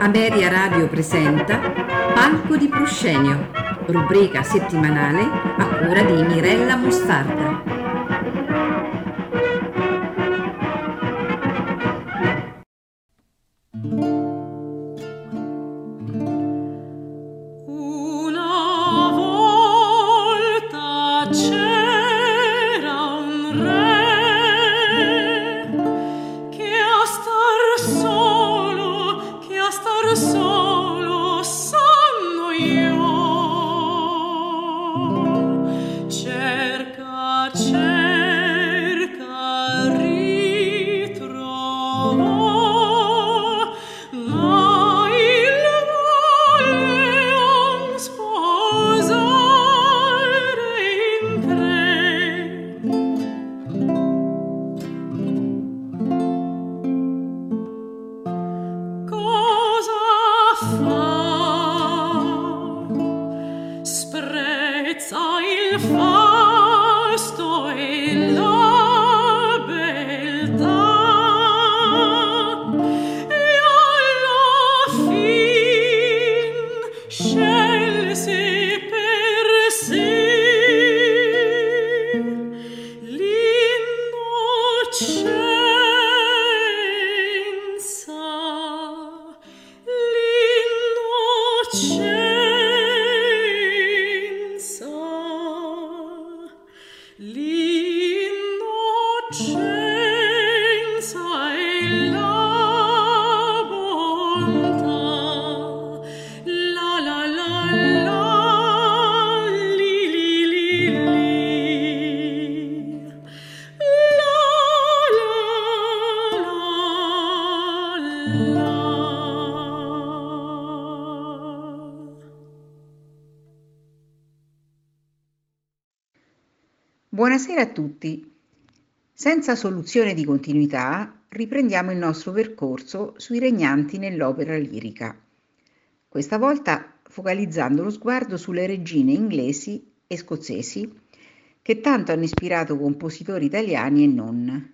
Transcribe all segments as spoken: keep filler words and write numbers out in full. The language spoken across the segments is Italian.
Ameria Radio presenta Palco di Proscenio, rubrica settimanale a cura di Mirella Mostarda. Buonasera a tutti. Senza soluzione di continuità, riprendiamo il nostro percorso sui regnanti nell'opera lirica, questa volta focalizzando lo sguardo sulle regine inglesi e scozzesi che tanto hanno ispirato compositori italiani e non.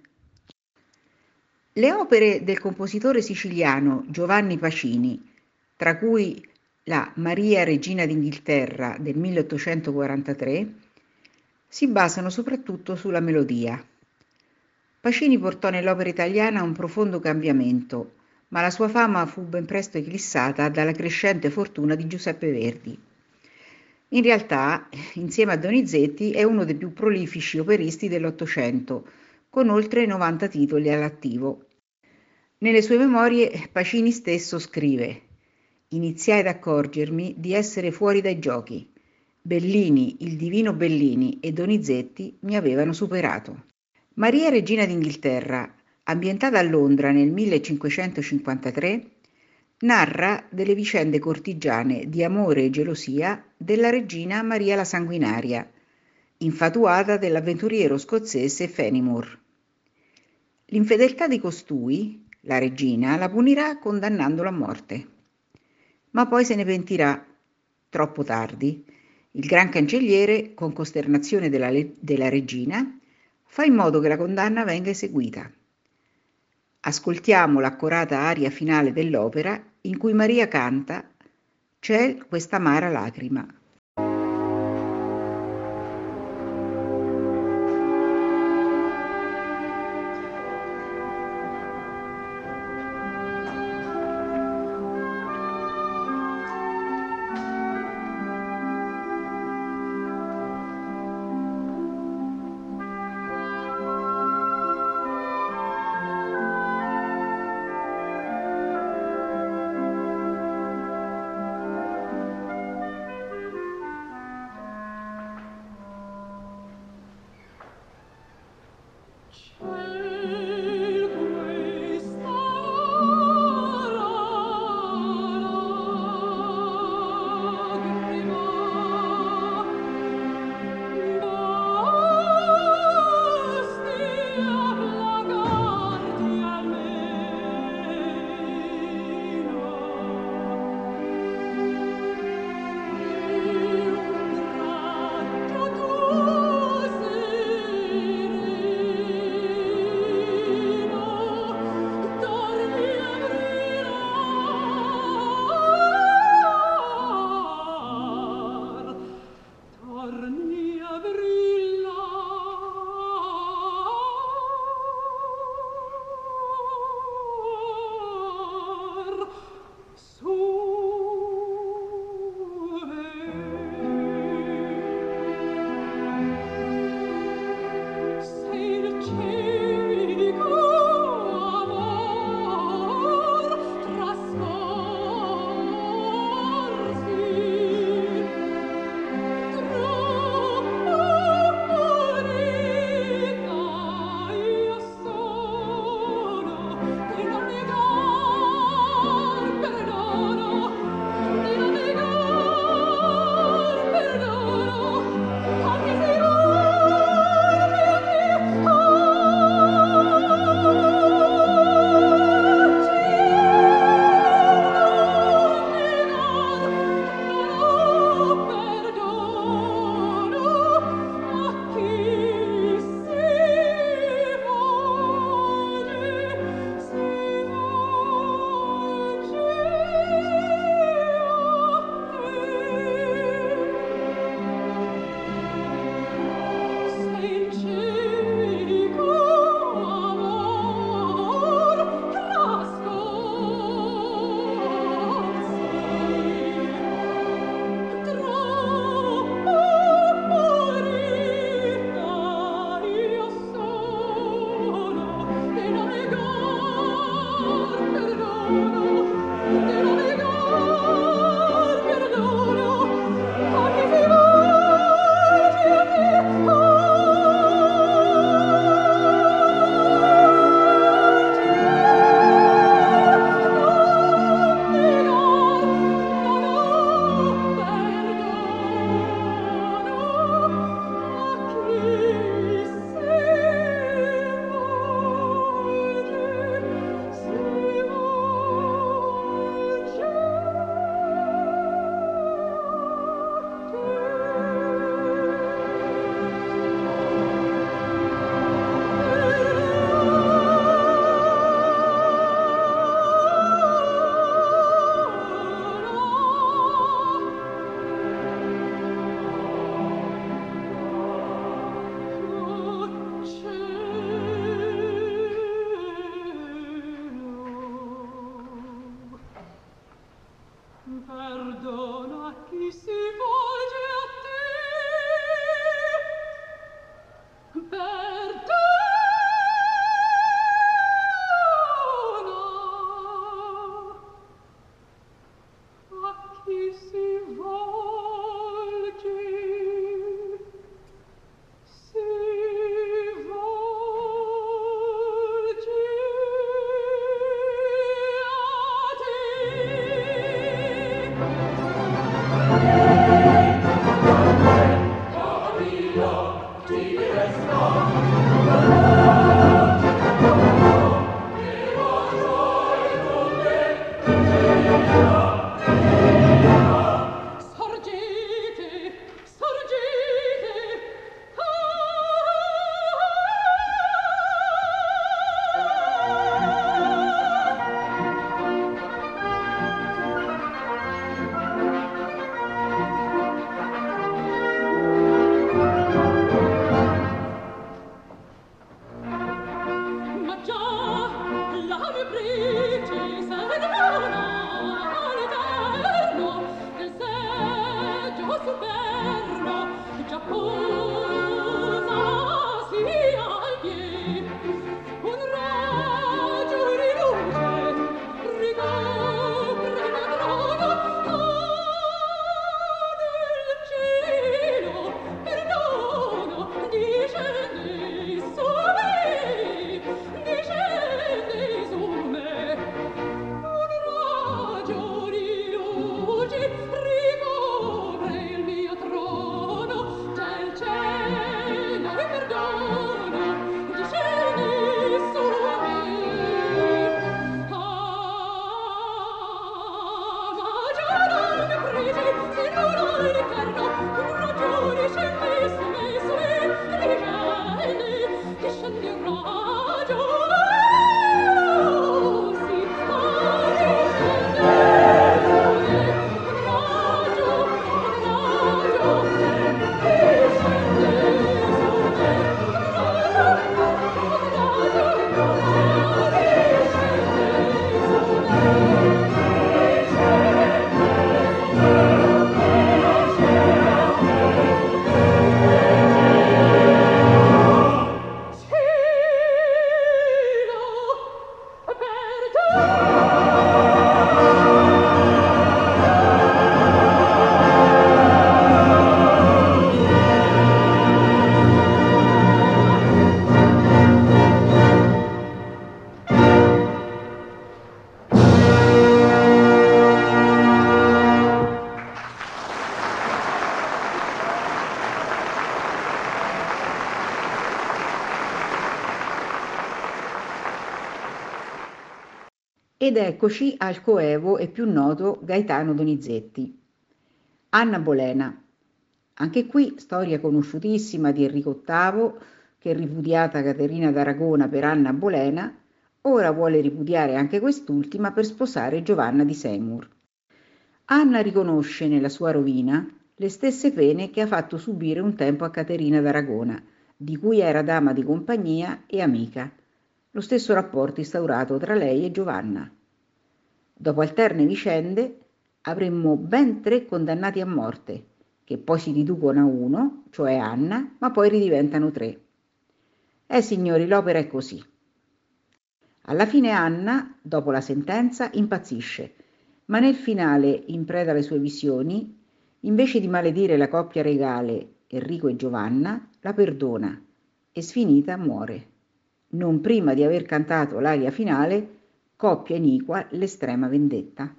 Le opere del compositore siciliano Giovanni Pacini, tra cui la Maria Regina d'Inghilterra del milleottocentoquarantatré, si basano soprattutto sulla melodia. Pacini portò nell'opera italiana un profondo cambiamento, ma la sua fama fu ben presto eclissata dalla crescente fortuna di Giuseppe Verdi. In realtà, insieme a Donizetti, è uno dei più prolifici operisti dell'Ottocento, con oltre novanta titoli all'attivo. Nelle sue memorie Pacini stesso scrive: «Iniziai ad accorgermi di essere fuori dai giochi. Bellini, il divino Bellini e Donizetti mi avevano superato». Maria Regina d'Inghilterra, ambientata a Londra nel millecinquecentocinquantatré, narra delle vicende cortigiane di amore e gelosia della regina Maria la Sanguinaria, infatuata dell'avventuriero scozzese Fenimore. L'infedeltà di costui, la regina, la punirà condannandolo a morte. Ma poi se ne pentirà, troppo tardi. Il gran cancelliere, con costernazione della, le- della regina, fa in modo che la condanna venga eseguita. Ascoltiamo l'accorata aria finale dell'opera in cui Maria canta «C'è questa amara lacrima». Ed eccoci al coevo e più noto Gaetano Donizetti. Anna Bolena. Anche qui storia conosciutissima di Enrico ottavo, che ripudiata Caterina d'Aragona per Anna Bolena, ora vuole ripudiare anche quest'ultima per sposare Giovanna di Seymour. Anna riconosce nella sua rovina le stesse pene che ha fatto subire un tempo a Caterina d'Aragona, di cui era dama di compagnia e amica. Lo stesso rapporto instaurato tra lei e Giovanna. Dopo alterne vicende avremmo ben tre condannati a morte, che poi si riducono a uno, cioè Anna, ma poi ridiventano tre. Eh signori, l'opera è così. Alla fine Anna, dopo la sentenza, impazzisce, ma nel finale, in preda alle sue visioni, invece di maledire la coppia regale Enrico e Giovanna, la perdona e sfinita muore. Non prima di aver cantato l'aria finale, coppia iniqua l'estrema vendetta.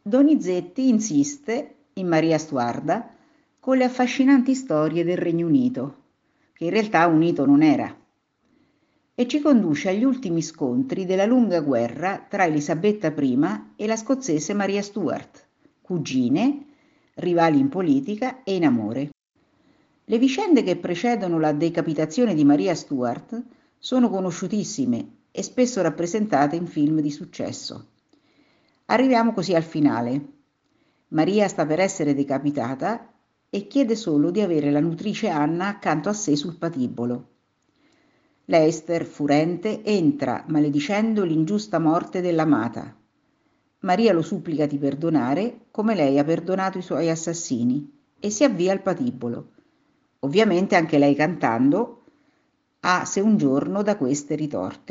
Donizetti insiste, in Maria Stuarda, con le affascinanti storie del Regno Unito, che in realtà unito non era, e ci conduce agli ultimi scontri della lunga guerra tra Elisabetta I e la scozzese Maria Stuart, cugine, rivali in politica e in amore. Le vicende che precedono la decapitazione di Maria Stuart sono conosciutissime e spesso rappresentate in film di successo. Arriviamo così al finale. Maria sta per essere decapitata e chiede solo di avere la nutrice Anna accanto a sé sul patibolo. Leicester, furente, entra maledicendo l'ingiusta morte dell'amata. Maria lo supplica di perdonare come lei ha perdonato i suoi assassini e si avvia al patibolo, ovviamente anche lei cantando "Ah, se un giorno da queste ritorte".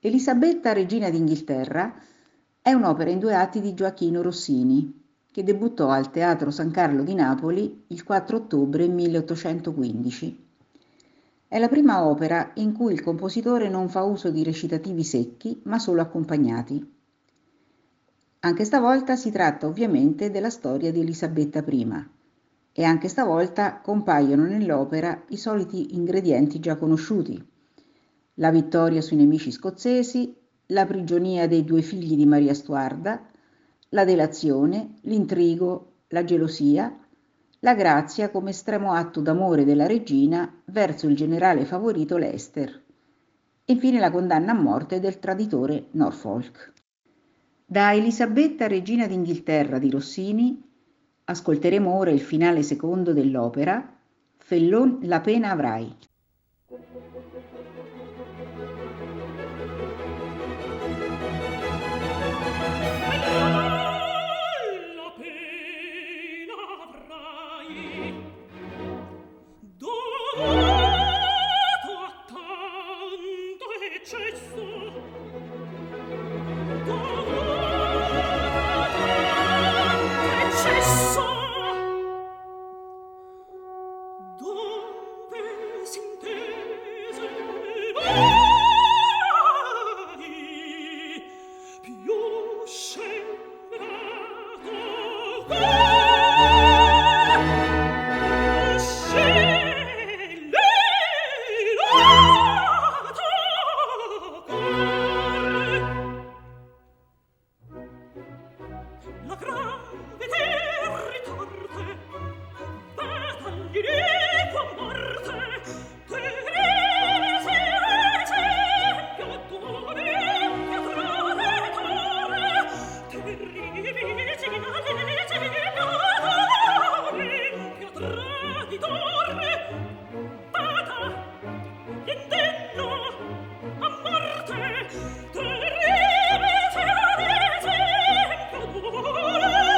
Elisabetta, regina d'Inghilterra, è un'opera in due atti di Gioachino Rossini, che debuttò al Teatro San Carlo di Napoli il quattro ottobre milleottocentoquindici. È la prima opera in cui il compositore non fa uso di recitativi secchi, ma solo accompagnati. Anche stavolta si tratta ovviamente della storia di Elisabetta I, e anche stavolta compaiono nell'opera i soliti ingredienti già conosciuti: la vittoria sui nemici scozzesi, la prigionia dei due figli di Maria Stuarda, la delazione, l'intrigo, la gelosia, la grazia come estremo atto d'amore della regina verso il generale favorito Leicester, e infine la condanna a morte del traditore Norfolk. Da Elisabetta, regina d'Inghilterra di Rossini, ascolteremo ora il finale secondo dell'opera Fellon la pena avrai. Terribile, terribile,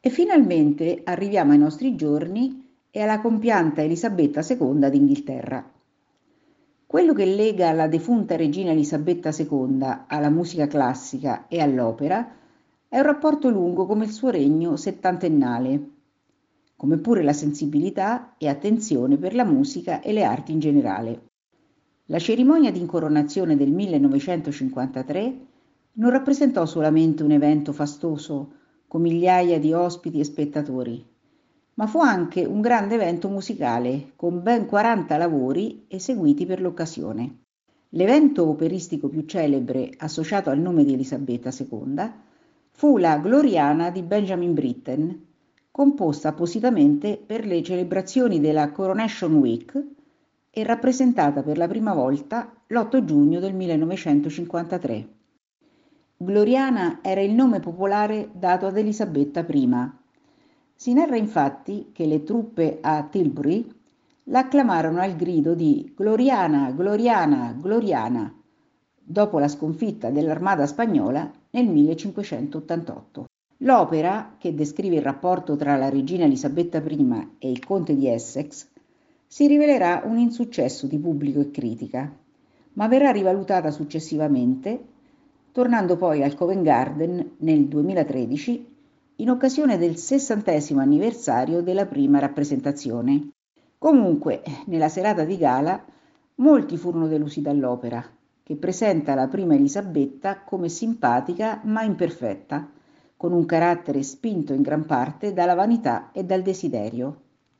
E finalmente arriviamo ai nostri giorni e alla compianta Elisabetta seconda d'Inghilterra. Quello che lega la defunta regina Elisabetta seconda alla musica classica e all'opera è un rapporto lungo come il suo regno settantennale, come pure la sensibilità e attenzione per la musica e le arti in generale. La cerimonia di incoronazione del millenovecentocinquantatré non rappresentò solamente un evento fastoso con migliaia di ospiti e spettatori, ma fu anche un grande evento musicale con ben quaranta lavori eseguiti per l'occasione. L'evento operistico più celebre associato al nome di Elisabetta seconda fu la Gloriana di Benjamin Britten, composta appositamente per le celebrazioni della Coronation Week e rappresentata per la prima volta l'otto giugno del millenovecentocinquantatré. Gloriana era il nome popolare dato ad Elisabetta prima. Si narra infatti che le truppe a Tilbury la acclamarono al grido di Gloriana, Gloriana, Gloriana, dopo la sconfitta dell'armata spagnola nel millecinquecentottantotto. L'opera, che descrive il rapporto tra la regina Elisabetta prima e il conte di Essex, si rivelerà un insuccesso di pubblico e critica, ma verrà rivalutata successivamente, tornando poi al Covent Garden nel duemilatredici in occasione del sessantesimo anniversario della prima rappresentazione. Comunque, nella serata di gala, molti furono delusi dall'opera, che presenta la prima Elisabetta come simpatica ma imperfetta, con un carattere spinto in gran parte dalla vanità e dal desiderio.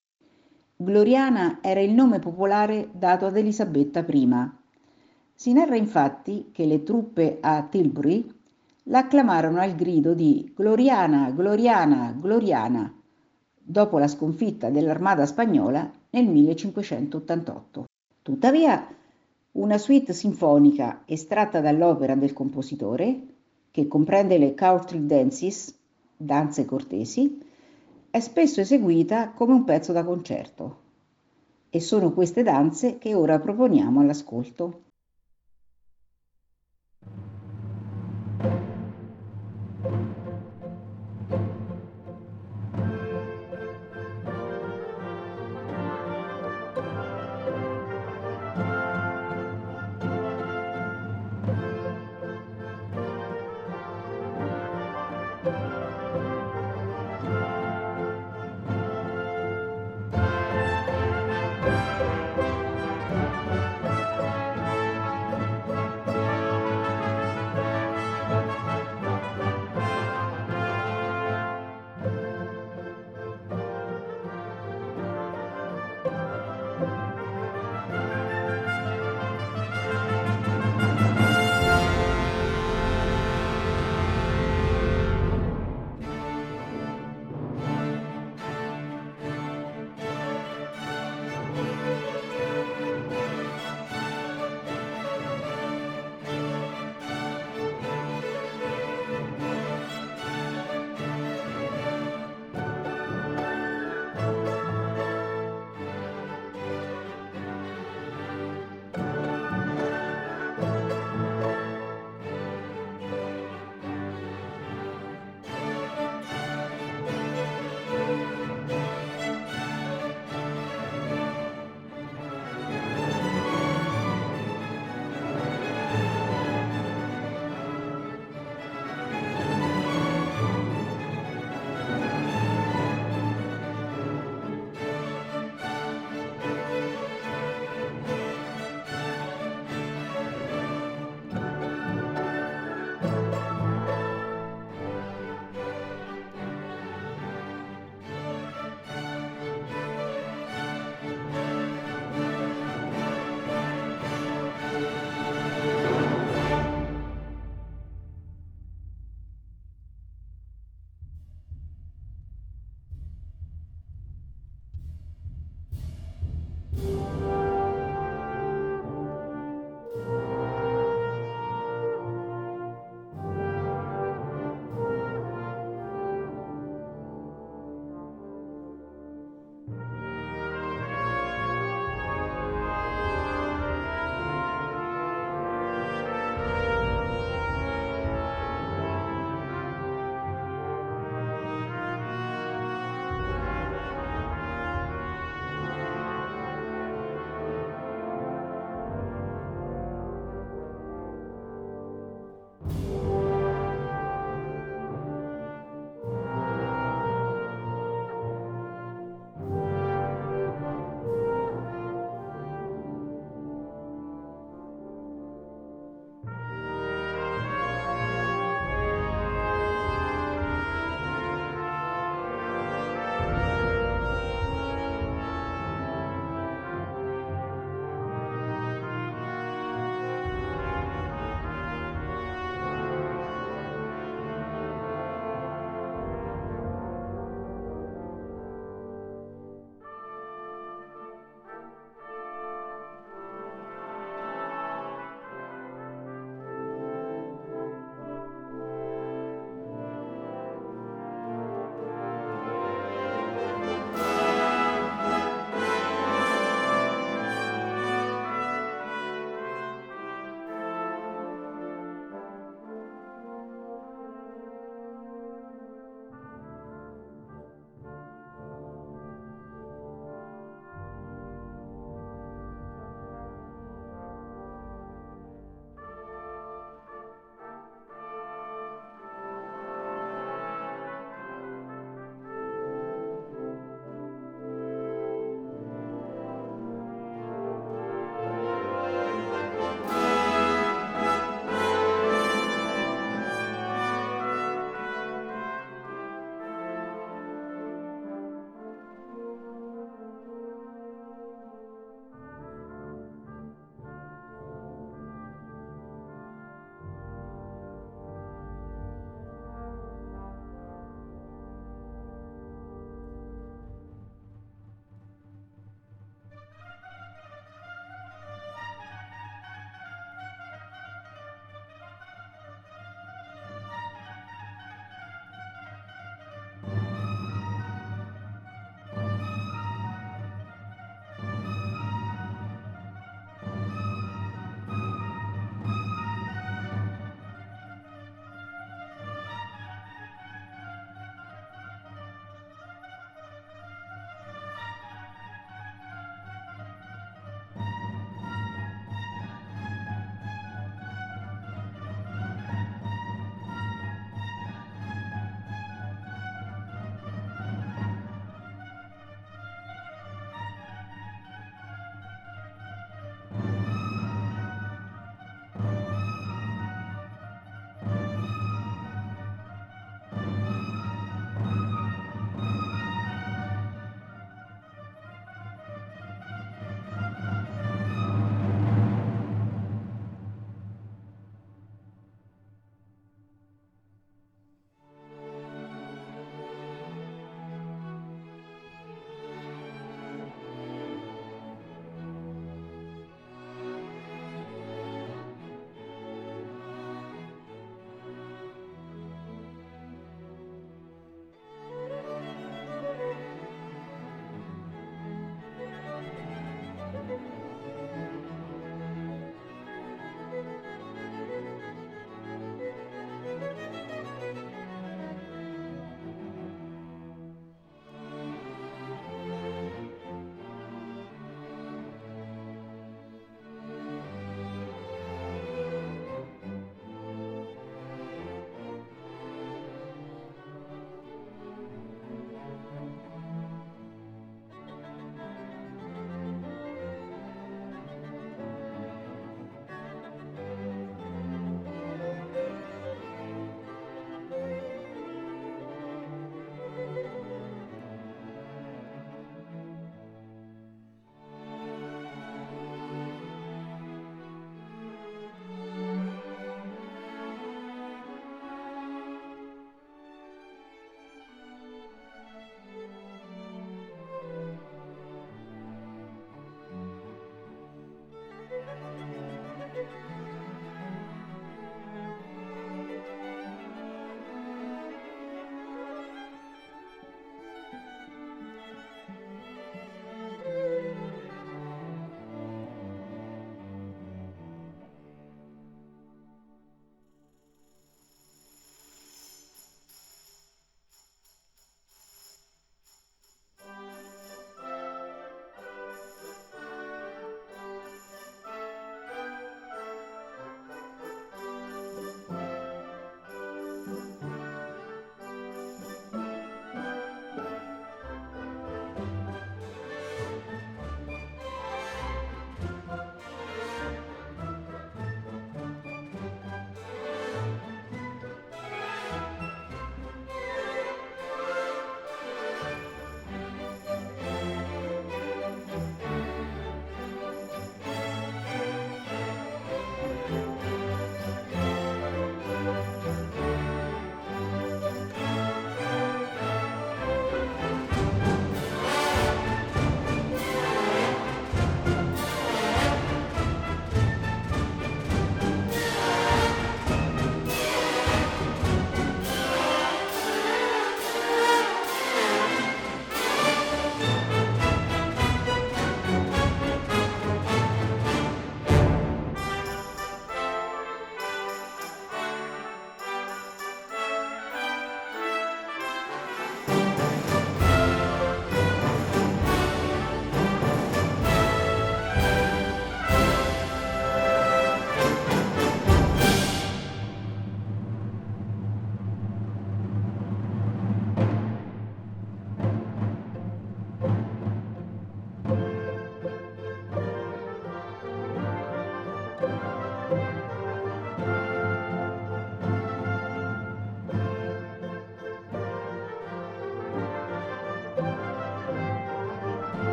Gloriana era il nome popolare dato ad Elisabetta prima. Si narra infatti che le truppe a Tilbury la acclamarono al grido di Gloriana, Gloriana, Gloriana, dopo la sconfitta dell'armata spagnola nel millecinquecentottantotto. Tuttavia, una suite sinfonica estratta dall'opera del compositore, che comprende le courtly dances, danze cortesi, è spesso eseguita come un pezzo da concerto. E sono queste danze che ora proponiamo all'ascolto.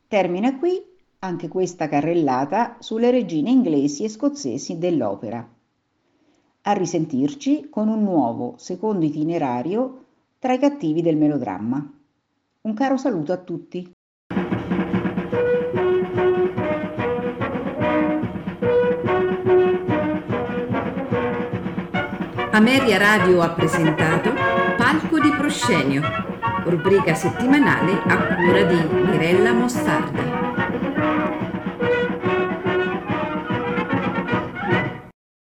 Termina qui anche questa carrellata sulle regine inglesi e scozzesi dell'opera. A risentirci con un nuovo secondo itinerario tra i cattivi del melodramma. Un caro saluto a tutti. Ameria Radio ha presentato Palco di Proscenio, rubrica settimanale a cura di Mirella Mostarda.